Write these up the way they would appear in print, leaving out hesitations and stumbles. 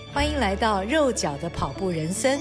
欢迎来到肉脚的跑步人生。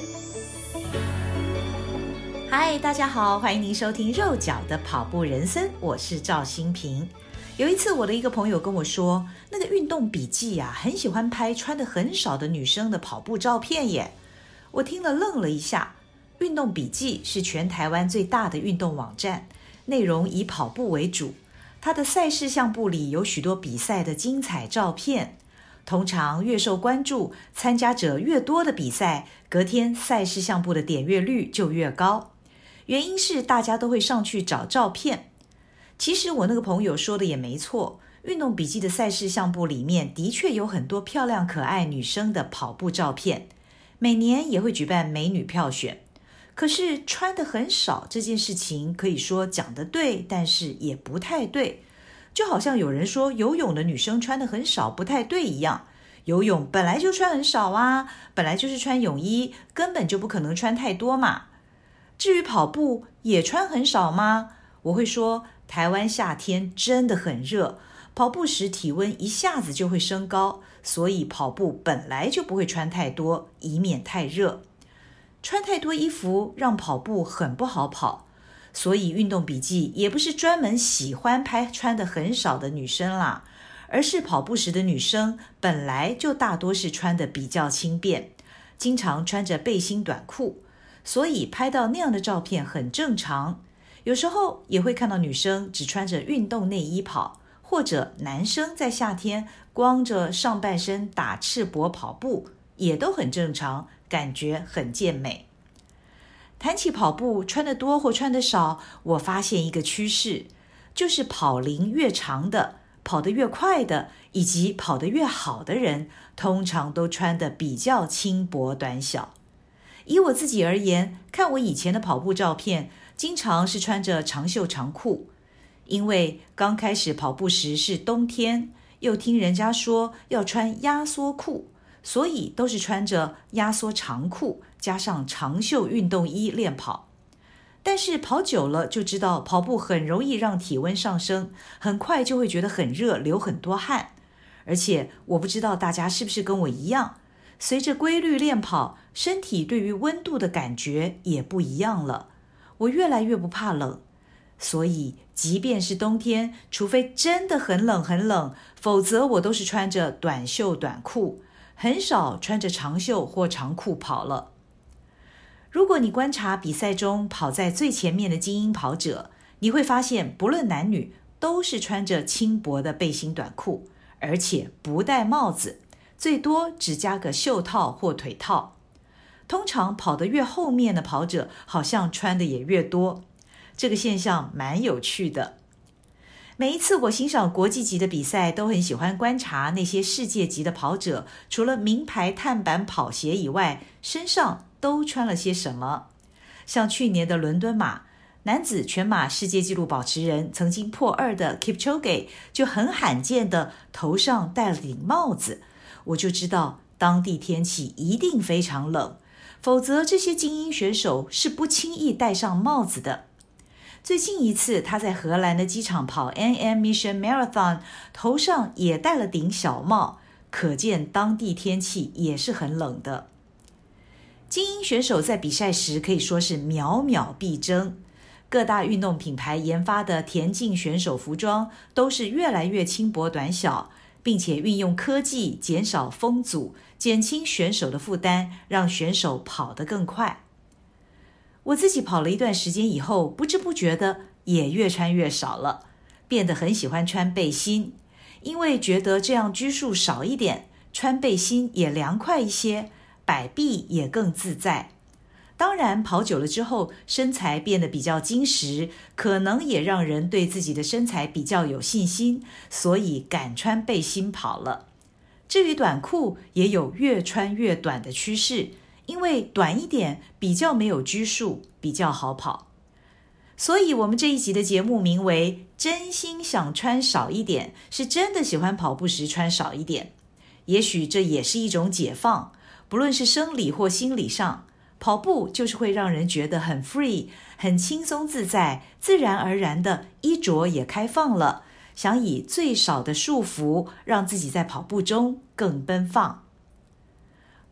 嗨，大家好，欢迎您收听肉脚的跑步人生，我是赵新平。有一次我的一个朋友跟我说，那个运动笔记啊，很喜欢拍穿得很少的女生的跑步照片耶。我听了愣了一下。运动笔记是全台湾最大的运动网站，内容以跑步为主，它的赛事项目里有许多比赛的精彩照片。通常越受关注，参加者越多的比赛，隔天赛事项目的点阅率就越高。原因是大家都会上去找照片。其实我那个朋友说的也没错，运动笔记的赛事项目里面的确有很多漂亮可爱女生的跑步照片，每年也会举办美女票选。可是穿得很少这件事情，可以说讲得对，但是也不太对。就好像有人说游泳的女生穿得很少不太对一样，游泳本来就穿很少啊，本来就是穿泳衣，根本就不可能穿太多嘛。至于跑步也穿很少吗？我会说台湾夏天真的很热，跑步时体温一下子就会升高，所以跑步本来就不会穿太多，以免太热。穿太多衣服让跑步很不好跑，所以运动笔记也不是专门喜欢拍穿得很少的女生啦，而是跑步时的女生本来就大多是穿得比较轻便，经常穿着背心短裤，所以拍到那样的照片很正常。有时候也会看到女生只穿着运动内衣跑，或者男生在夏天光着上半身打赤膊跑步，也都很正常，感觉很健美。谈起跑步穿得多或穿得少，我发现一个趋势，就是跑龄越长的，跑得越快的，以及跑得越好的人，通常都穿得比较轻薄短小。以我自己而言，看我以前的跑步照片，经常是穿着长袖长裤，因为刚开始跑步时是冬天，又听人家说要穿压缩裤，所以都是穿着压缩长裤加上长袖运动衣练跑。但是跑久了就知道跑步很容易让体温上升，很快就会觉得很热，流很多汗。而且我不知道大家是不是跟我一样，随着规律练跑，身体对于温度的感觉也不一样了。我越来越不怕冷，所以即便是冬天，除非真的很冷很冷，否则我都是穿着短袖短裤，很少穿着长袖或长裤跑了。如果你观察比赛中跑在最前面的精英跑者，你会发现不论男女都是穿着轻薄的背心短裤，而且不戴帽子，最多只加个袖套或腿套。通常跑得越后面的跑者好像穿的也越多，这个现象蛮有趣的。每一次我欣赏国际级的比赛，都很喜欢观察那些世界级的跑者，除了名牌碳板跑鞋以外，身上都穿了些什么。像去年的伦敦马，男子全马世界纪录保持人曾经破2的 Kipchoge 就很罕见的头上戴了顶帽子，我就知道当地天气一定非常冷，否则这些精英选手是不轻易戴上帽子的。最近一次他在荷兰的机场跑 NM Mission Marathon， 头上也戴了顶小帽，可见当地天气也是很冷的。精英选手在比赛时可以说是秒秒必争，各大运动品牌研发的田径选手服装都是越来越轻薄短小，并且运用科技减少风阻，减轻选手的负担，让选手跑得更快。我自己跑了一段时间以后，不知不觉的也越穿越少了，变得很喜欢穿背心，因为觉得这样拘束少一点，穿背心也凉快一些，摆臂也更自在。当然跑久了之后，身材变得比较精实，可能也让人对自己的身材比较有信心，所以敢穿背心跑了。至于短裤，也有越穿越短的趋势，因为短一点比较没有拘束，比较好跑。所以我们这一集的节目名为真心想穿少一点，是真的喜欢跑步时穿少一点。也许这也是一种解放，不论是生理或心理上，跑步就是会让人觉得很 free， 很轻松自在，自然而然的衣着也开放了，想以最少的束缚，让自己在跑步中更奔放。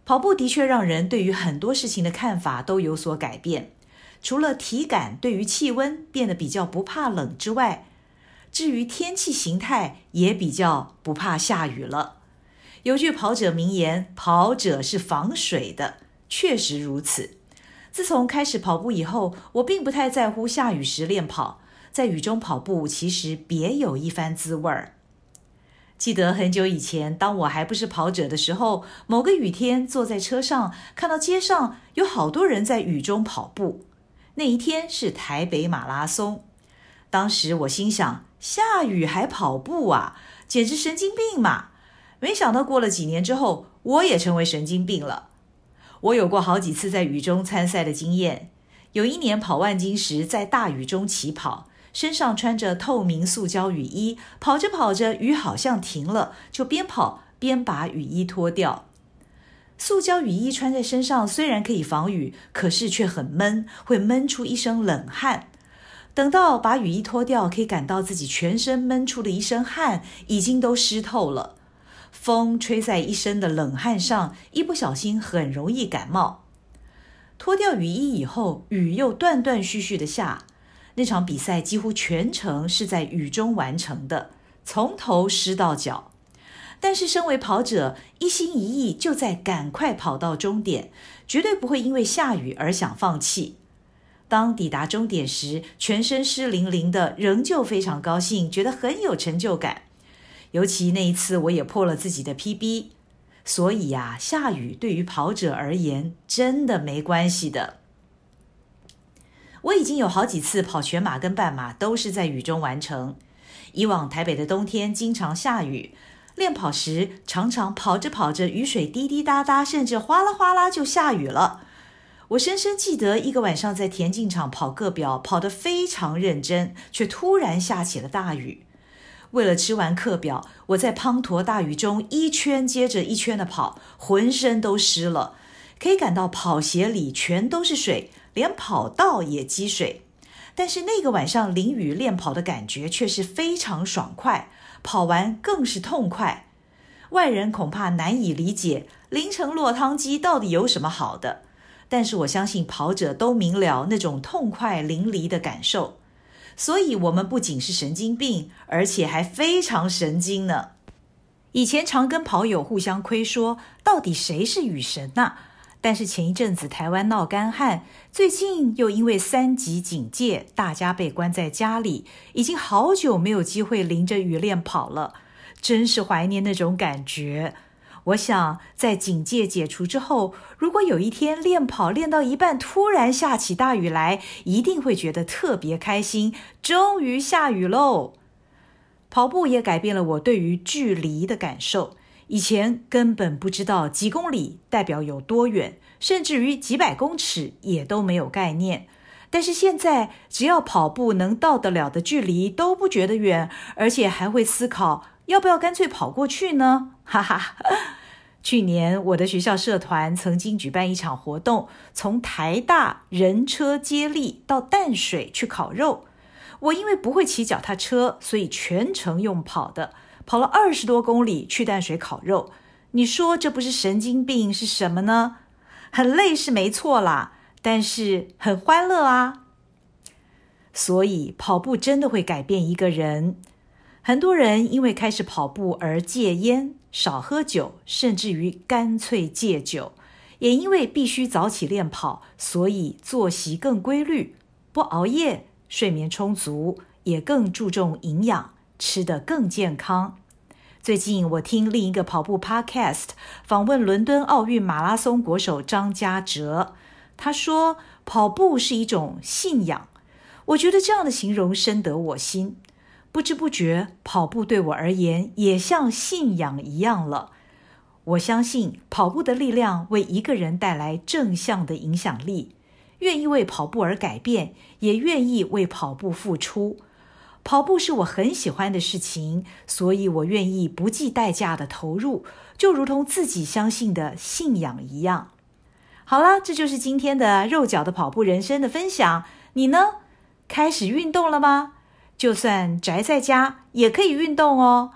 跑步的确让人对于很多事情的看法都有所改变，除了体感对于气温变得比较不怕冷之外，至于天气形态也比较不怕下雨了。有句跑者名言，跑者是防水的，确实如此。自从开始跑步以后，我并不太在乎下雨时练跑，在雨中跑步其实别有一番滋味儿。记得很久以前，当我还不是跑者的时候，某个雨天坐在车上，看到街上有好多人在雨中跑步。那一天是台北马拉松。当时我心想，下雨还跑步啊，简直神经病嘛！没想到过了几年之后，我也成为神经病了。我有过好几次在雨中参赛的经验。有一年跑万金时，在大雨中起跑，身上穿着透明塑胶雨衣，跑着跑着，雨好像停了，就边跑边把雨衣脱掉。塑胶雨衣穿在身上虽然可以防雨，可是却很闷，会闷出一身冷汗。等到把雨衣脱掉，可以感到自己全身闷出的一身汗已经都湿透了。风吹在一身的冷汗上，一不小心很容易感冒。脱掉雨衣以后，雨又断断续续的下。那场比赛几乎全程是在雨中完成的，从头湿到脚。但是身为跑者，一心一意就在赶快跑到终点，绝对不会因为下雨而想放弃。当抵达终点时，全身湿淋淋的，仍旧非常高兴，觉得很有成就感。尤其那一次我也破了自己的 PB， 所以啊，下雨对于跑者而言真的没关系的。我已经有好几次跑全马跟半马都是在雨中完成。以往台北的冬天经常下雨，练跑时常常跑着跑着，雨水滴滴答答，甚至哗啦哗啦就下雨了。我深深记得一个晚上在田径场跑个表，跑得非常认真，却突然下起了大雨。为了吃完课表，我在滂沱大雨中一圈接着一圈的跑，浑身都湿了，可以感到跑鞋里全都是水，连跑道也积水。但是那个晚上淋雨练跑的感觉却是非常爽快，跑完更是痛快。外人恐怕难以理解淋成落汤鸡到底有什么好的，但是我相信跑者都明了那种痛快淋漓的感受。所以我们不仅是神经病，而且还非常神经呢。以前常跟跑友互相亏说，到底谁是雨神啊？但是前一阵子台湾闹干旱，最近又因为3级警戒，大家被关在家里，已经好久没有机会淋着雨练跑了，真是怀念那种感觉。我想在警戒解除之后，如果有一天练跑练到一半突然下起大雨来，一定会觉得特别开心，终于下雨喽。跑步也改变了我对于距离的感受，以前根本不知道几公里代表有多远，甚至于几百公尺也都没有概念。但是现在只要跑步能到得了的距离都不觉得远，而且还会思考要不要干脆跑过去呢？哈哈。去年我的学校社团曾经举办一场活动，从台大人车接力到淡水去烤肉。我因为不会骑脚踏车，所以全程用跑的，跑了20多公里去淡水烤肉。你说这不是神经病是什么呢？很累是没错啦，但是很欢乐啊。所以跑步真的会改变一个人。很多人因为开始跑步而戒烟、少喝酒，甚至于干脆戒酒。也因为必须早起练跑，所以作息更规律，不熬夜，睡眠充足，也更注重营养，吃得更健康。最近我听另一个跑步 podcast 访问伦敦奥运马拉松国手张家哲，他说跑步是一种信仰。我觉得这样的形容深得我心。不知不觉，跑步对我而言也像信仰一样了。我相信跑步的力量为一个人带来正向的影响力，愿意为跑步而改变，也愿意为跑步付出。跑步是我很喜欢的事情，所以我愿意不计代价的投入，就如同自己相信的信仰一样。好了，这就是今天的肉脚的跑步人生的分享。你呢？开始运动了吗？就算宅在家也可以运动哦。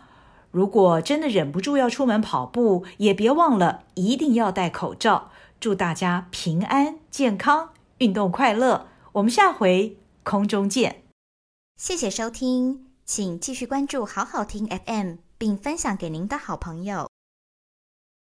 如果真的忍不住要出门跑步，也别忘了一定要戴口罩。祝大家平安健康，运动快乐。我们下回空中见。 谢谢收听，请继续关注好好听 FM， 并分享给您的好朋友。